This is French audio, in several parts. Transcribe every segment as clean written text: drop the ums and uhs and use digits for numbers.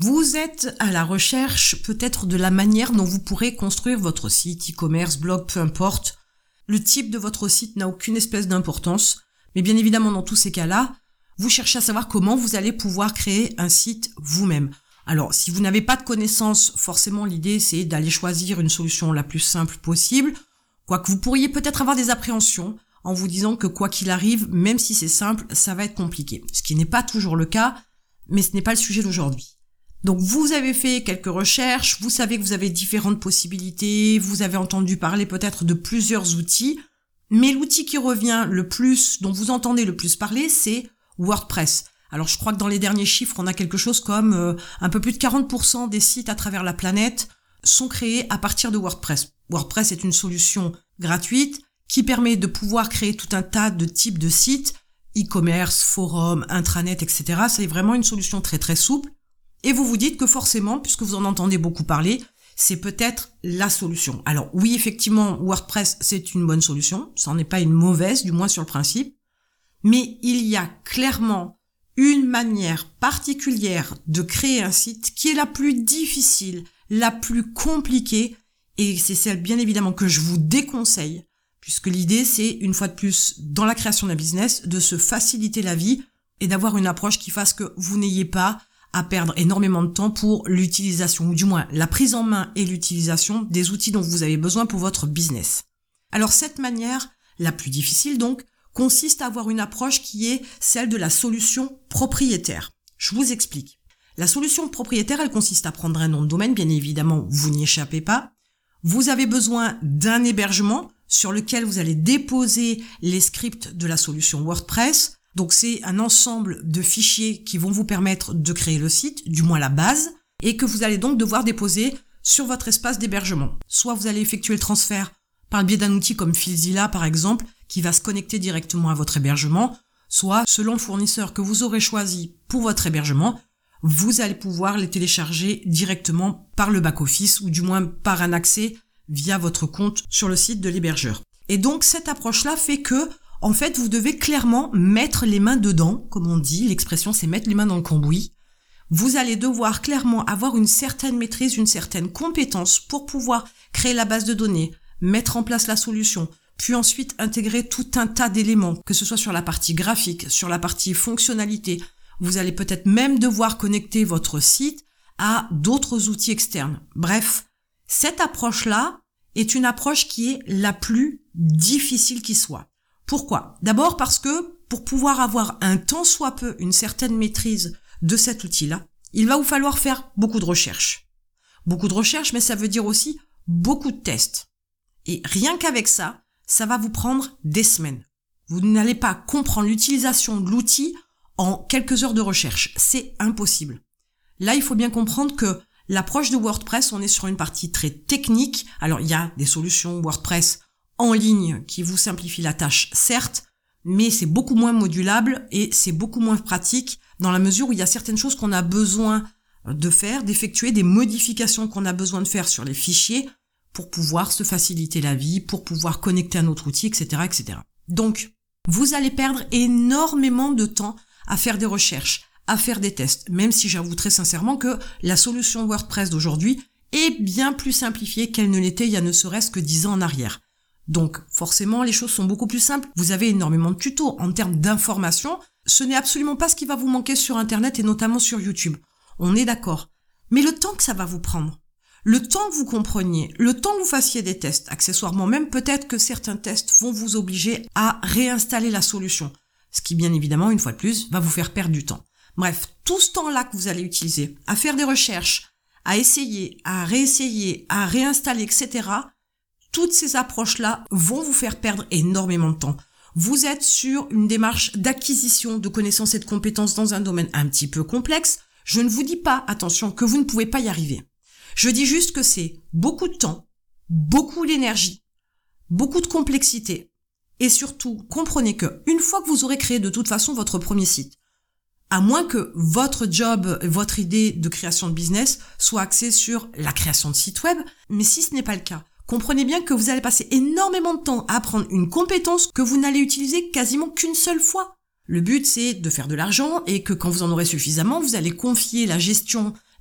Vous êtes à la recherche peut-être de la manière dont vous pourrez construire votre site, e-commerce, blog, peu importe. Le type de votre site n'a aucune espèce d'importance, mais bien évidemment dans tous ces cas-là, vous cherchez à savoir comment vous allez pouvoir créer un site vous-même. Alors, si vous n'avez pas de connaissances, forcément l'idée c'est d'aller choisir une solution la plus simple possible, quoique vous pourriez peut-être avoir des appréhensions en vous disant que quoi qu'il arrive, même si c'est simple, ça va être compliqué. Ce qui n'est pas toujours le cas, mais ce n'est pas le sujet d'aujourd'hui. Donc vous avez fait quelques recherches, vous savez que vous avez différentes possibilités, vous avez entendu parler peut-être de plusieurs outils, mais l'outil qui revient le plus, dont vous entendez le plus parler, c'est WordPress. Alors je crois que dans les derniers chiffres, on a quelque chose comme un peu plus de 40% des sites à travers la planète sont créés à partir de WordPress. WordPress est une solution gratuite qui permet de pouvoir créer tout un tas de types de sites, e-commerce, forum, intranet, etc. C'est vraiment une solution très très souple. Et vous vous dites que forcément, puisque vous en entendez beaucoup parler, c'est peut-être la solution. Alors oui, effectivement, WordPress, c'est une bonne solution. Ça n'en est pas une mauvaise, du moins sur le principe. Mais il y a clairement une manière particulière de créer un site qui est la plus difficile, la plus compliquée. Et c'est celle, bien évidemment, que je vous déconseille. Puisque l'idée, c'est, une fois de plus, dans la création d'un business, de se faciliter la vie et d'avoir une approche qui fasse que vous n'ayez pas à perdre énormément de temps pour l'utilisation, ou du moins la prise en main et l'utilisation des outils dont vous avez besoin pour votre business. Alors cette manière, la plus difficile donc, consiste à avoir une approche qui est celle de la solution propriétaire. Je vous explique. La solution propriétaire, elle consiste à prendre un nom de domaine, bien évidemment, vous n'y échappez pas. Vous avez besoin d'un hébergement sur lequel vous allez déposer les scripts de la solution WordPress. Donc c'est un ensemble de fichiers qui vont vous permettre de créer le site, du moins la base, et que vous allez donc devoir déposer sur votre espace d'hébergement. Soit vous allez effectuer le transfert par le biais d'un outil comme Filzilla par exemple, qui va se connecter directement à votre hébergement, soit selon le fournisseur que vous aurez choisi pour votre hébergement, vous allez pouvoir les télécharger directement par le back-office ou du moins par un accès via votre compte sur le site de l'hébergeur. Et donc cette approche-là fait que en fait, vous devez clairement mettre les mains dedans, comme on dit, l'expression c'est mettre les mains dans le cambouis. Vous allez devoir clairement avoir une certaine maîtrise, une certaine compétence pour pouvoir créer la base de données, mettre en place la solution, puis ensuite intégrer tout un tas d'éléments, que ce soit sur la partie graphique, sur la partie fonctionnalité. Vous allez peut-être même devoir connecter votre site à d'autres outils externes. Bref, cette approche-là est une approche qui est la plus difficile qui soit. Pourquoi ? D'abord parce que pour pouvoir avoir un tant soit peu une certaine maîtrise de cet outil-là, il va vous falloir faire beaucoup de recherches. Beaucoup de recherches, mais ça veut dire aussi beaucoup de tests. Et rien qu'avec ça, ça va vous prendre des semaines. Vous n'allez pas comprendre l'utilisation de l'outil en quelques heures de recherche. C'est impossible. Là, il faut bien comprendre que l'approche de WordPress, on est sur une partie très technique. Alors, il y a des solutions WordPress en ligne qui vous simplifie la tâche, certes, mais c'est beaucoup moins modulable et c'est beaucoup moins pratique dans la mesure où il y a certaines choses qu'on a besoin de faire, d'effectuer, des modifications qu'on a besoin de faire sur les fichiers pour pouvoir se faciliter la vie, pour pouvoir connecter un autre outil, etc., etc. Donc, vous allez perdre énormément de temps à faire des recherches, à faire des tests, même si j'avoue très sincèrement que la solution WordPress d'aujourd'hui est bien plus simplifiée qu'elle ne l'était il y a ne serait-ce que 10 ans en arrière. Donc, forcément, les choses sont beaucoup plus simples. Vous avez énormément de tutos en termes d'information. Ce n'est absolument pas ce qui va vous manquer sur Internet et notamment sur YouTube. On est d'accord. Mais le temps que ça va vous prendre, le temps que vous compreniez, le temps que vous fassiez des tests, accessoirement même peut-être que certains tests vont vous obliger à réinstaller la solution. Ce qui, bien évidemment, une fois de plus, va vous faire perdre du temps. Bref, tout ce temps-là que vous allez utiliser à faire des recherches, à essayer, à réessayer, à réinstaller, etc., toutes ces approches-là vont vous faire perdre énormément de temps. Vous êtes sur une démarche d'acquisition de connaissances et de compétences dans un domaine un petit peu complexe. Je ne vous dis pas, attention, que vous ne pouvez pas y arriver. Je dis juste que c'est beaucoup de temps, beaucoup d'énergie, beaucoup de complexité. Et surtout, comprenez que une fois que vous aurez créé de toute façon votre premier site, à moins que votre job, votre idée de création de business soit axée sur la création de site web, mais si ce n'est pas le cas, comprenez bien que vous allez passer énormément de temps à apprendre une compétence que vous n'allez utiliser quasiment qu'une seule fois. Le but, c'est de faire de l'argent et que quand vous en aurez suffisamment, vous allez confier la gestion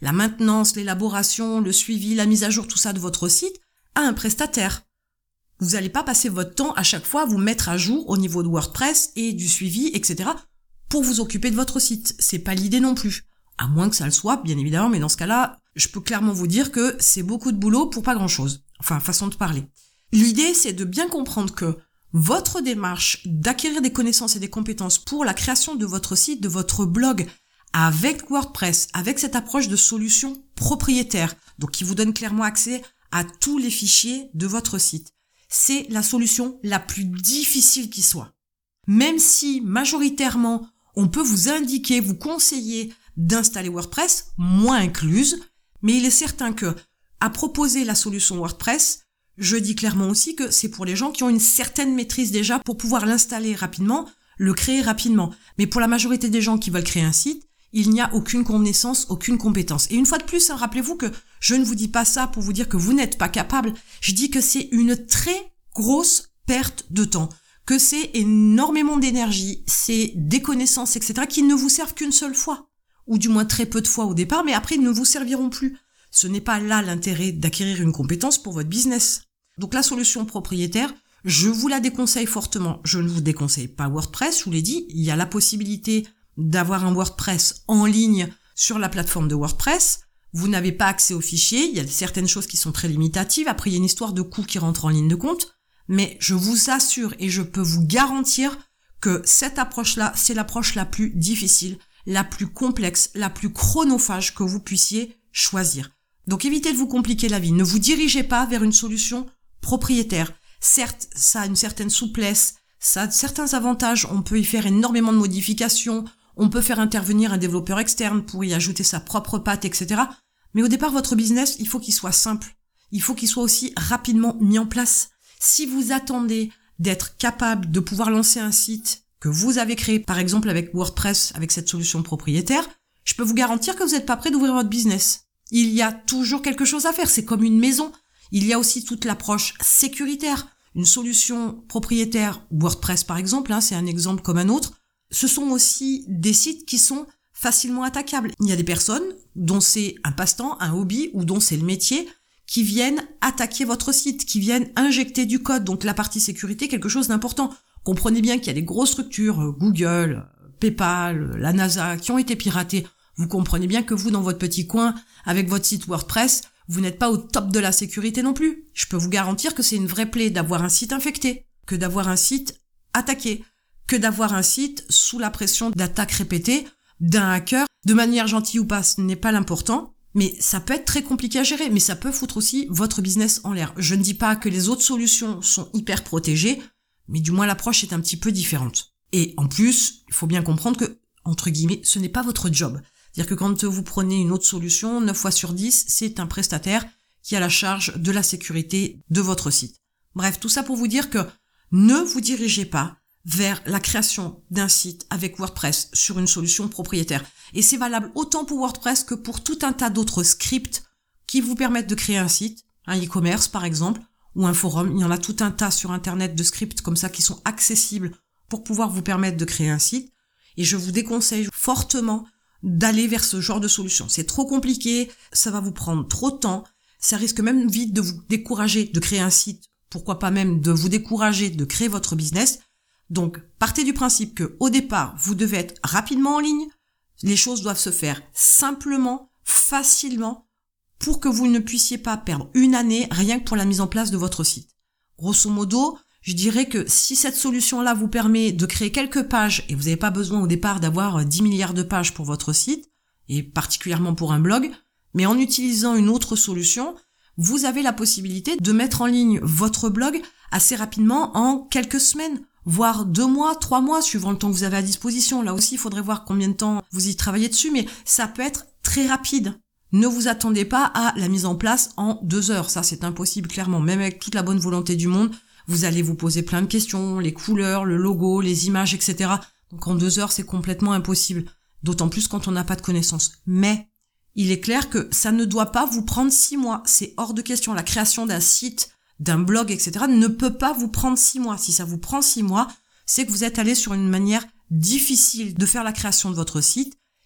la maintenance, l'élaboration, le suivi, la mise à jour, tout ça de votre site à un prestataire. Vous n'allez pas passer votre temps à chaque fois à vous mettre à jour au niveau de WordPress et du suivi, etc. pour vous occuper de votre site. C'est pas l'idée non plus. À moins que ça le soit, bien évidemment, mais dans ce cas-là, je peux clairement vous dire que c'est beaucoup de boulot pour pas grand-chose. Enfin, façon de parler. L'idée, c'est de bien comprendre que votre démarche d'acquérir des connaissances et des compétences pour la création de votre site, de votre blog, avec WordPress, avec cette approche de solution propriétaire, donc qui vous donne clairement accès à tous les fichiers de votre site, c'est la solution la plus difficile qui soit. Même si, majoritairement, on peut vous indiquer, vous conseiller d'installer WordPress, moi incluse, mais il est certain que, à proposer la solution WordPress, je dis clairement aussi que c'est pour les gens qui ont une certaine maîtrise déjà pour pouvoir l'installer rapidement, le créer rapidement. Mais pour la majorité des gens qui veulent créer un site, il n'y a aucune connaissance, aucune compétence. Et une fois de plus, rappelez-vous que je ne vous dis pas ça pour vous dire que vous n'êtes pas capable. Je dis que c'est une très grosse perte de temps, que c'est énormément d'énergie, c'est des connaissances, etc. qui ne vous servent qu'une seule fois, ou du moins très peu de fois au départ, mais après ils ne vous serviront plus. Ce n'est pas là l'intérêt d'acquérir une compétence pour votre business. Donc la solution propriétaire, je vous la déconseille fortement. Je ne vous déconseille pas WordPress, je vous l'ai dit, il y a la possibilité d'avoir un WordPress en ligne sur la plateforme de WordPress. Vous n'avez pas accès aux fichiers, il y a certaines choses qui sont très limitatives. Après, il y a une histoire de coût qui rentre en ligne de compte. Mais je vous assure et je peux vous garantir que cette approche-là, c'est l'approche la plus difficile, la plus complexe, la plus chronophage que vous puissiez choisir. Donc évitez de vous compliquer la vie. Ne vous dirigez pas vers une solution propriétaire. Certes, ça a une certaine souplesse, ça a certains avantages. On peut y faire énormément de modifications. On peut faire intervenir un développeur externe pour y ajouter sa propre patte, etc. Mais au départ, votre business, il faut qu'il soit simple. Il faut qu'il soit aussi rapidement mis en place. Si vous attendez d'être capable de pouvoir lancer un site que vous avez créé, par exemple avec WordPress, avec cette solution propriétaire, je peux vous garantir que vous n'êtes pas prêt d'ouvrir votre business. Il y a toujours quelque chose à faire, c'est comme une maison. Il y a aussi toute l'approche sécuritaire. Une solution propriétaire, WordPress par exemple, c'est un exemple comme un autre, ce sont aussi des sites qui sont facilement attaquables. Il y a des personnes dont c'est un passe-temps, un hobby ou dont c'est le métier qui viennent attaquer votre site, qui viennent injecter du code. Donc la partie sécurité, quelque chose d'important. Comprenez bien qu'il y a des grosses structures, Google, PayPal, la NASA, qui ont été piratées. Vous comprenez bien que vous, dans votre petit coin, avec votre site WordPress, vous n'êtes pas au top de la sécurité non plus. Je peux vous garantir que c'est une vraie plaie d'avoir un site infecté, que d'avoir un site attaqué, que d'avoir un site sous la pression d'attaques répétées d'un hacker. De manière gentille ou pas, ce n'est pas l'important, mais ça peut être très compliqué à gérer, mais ça peut foutre aussi votre business en l'air. Je ne dis pas que les autres solutions sont hyper protégées, mais du moins l'approche est un petit peu différente. Et en plus, il faut bien comprendre que, entre guillemets, ce n'est pas votre job. C'est-à-dire que quand vous prenez une autre solution, 9 fois sur 10, c'est un prestataire qui a la charge de la sécurité de votre site. Bref, tout ça pour vous dire que ne vous dirigez pas vers la création d'un site avec WordPress sur une solution propriétaire. Et c'est valable autant pour WordPress que pour tout un tas d'autres scripts qui vous permettent de créer un site, un e-commerce par exemple, ou un forum. Il y en a tout un tas sur Internet de scripts comme ça qui sont accessibles pour pouvoir vous permettre de créer un site. Et je vous déconseille fortement d'aller vers ce genre de solution. C'est trop compliqué, ça va vous prendre trop de temps, ça risque même vite de vous décourager de créer un site, pourquoi pas même de vous décourager de créer votre business. Donc, partez du principe que, au départ, vous devez être rapidement en ligne, les choses doivent se faire simplement, facilement, pour que vous ne puissiez pas perdre une année rien que pour la mise en place de votre site. Grosso modo, je dirais que si cette solution-là vous permet de créer quelques pages, et vous n'avez pas besoin au départ d'avoir 10 milliards de pages pour votre site, et particulièrement pour un blog, mais en utilisant une autre solution, vous avez la possibilité de mettre en ligne votre blog assez rapidement en quelques semaines, voire 2 mois, 3 mois, suivant le temps que vous avez à disposition. Là aussi, il faudrait voir combien de temps vous y travaillez dessus, mais ça peut être très rapide. Ne vous attendez pas à la mise en place en 2 heures. Ça, c'est impossible, clairement. Même avec toute la bonne volonté du monde, vous allez vous poser plein de questions, les couleurs, le logo, les images, etc. Donc en 2 heures, c'est complètement impossible. D'autant plus quand on n'a pas de connaissances. Mais il est clair que ça ne doit pas vous prendre 6 mois. C'est hors de question. La création d'un site, d'un blog, etc. ne peut pas vous prendre 6 mois. Si ça vous prend 6 mois, c'est que vous êtes allé sur une manière difficile de faire la création de votre site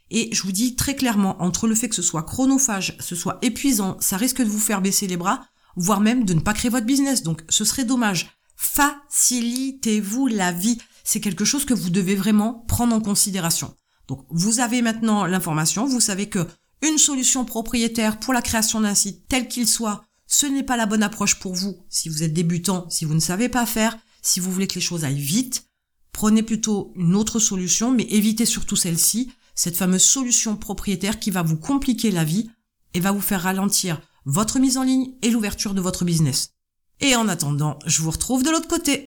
Et je vous dis très clairement, entre le fait que ce soit chronophage, ce soit épuisant, ça risque de vous faire baisser les bras, voire même de ne pas créer votre business. Donc ce serait dommage. Facilitez-vous la vie. C'est quelque chose que vous devez vraiment prendre en considération. Donc vous avez maintenant l'information, vous savez que une solution propriétaire pour la création d'un site tel qu'il soit, ce n'est pas la bonne approche pour vous si vous êtes débutant, si vous ne savez pas faire, si vous voulez que les choses aillent vite. Prenez plutôt une autre solution, mais évitez surtout celle-ci, cette fameuse solution propriétaire qui va vous compliquer la vie et va vous faire ralentir votre mise en ligne et l'ouverture de votre business. Et en attendant, je vous retrouve de l'autre côté.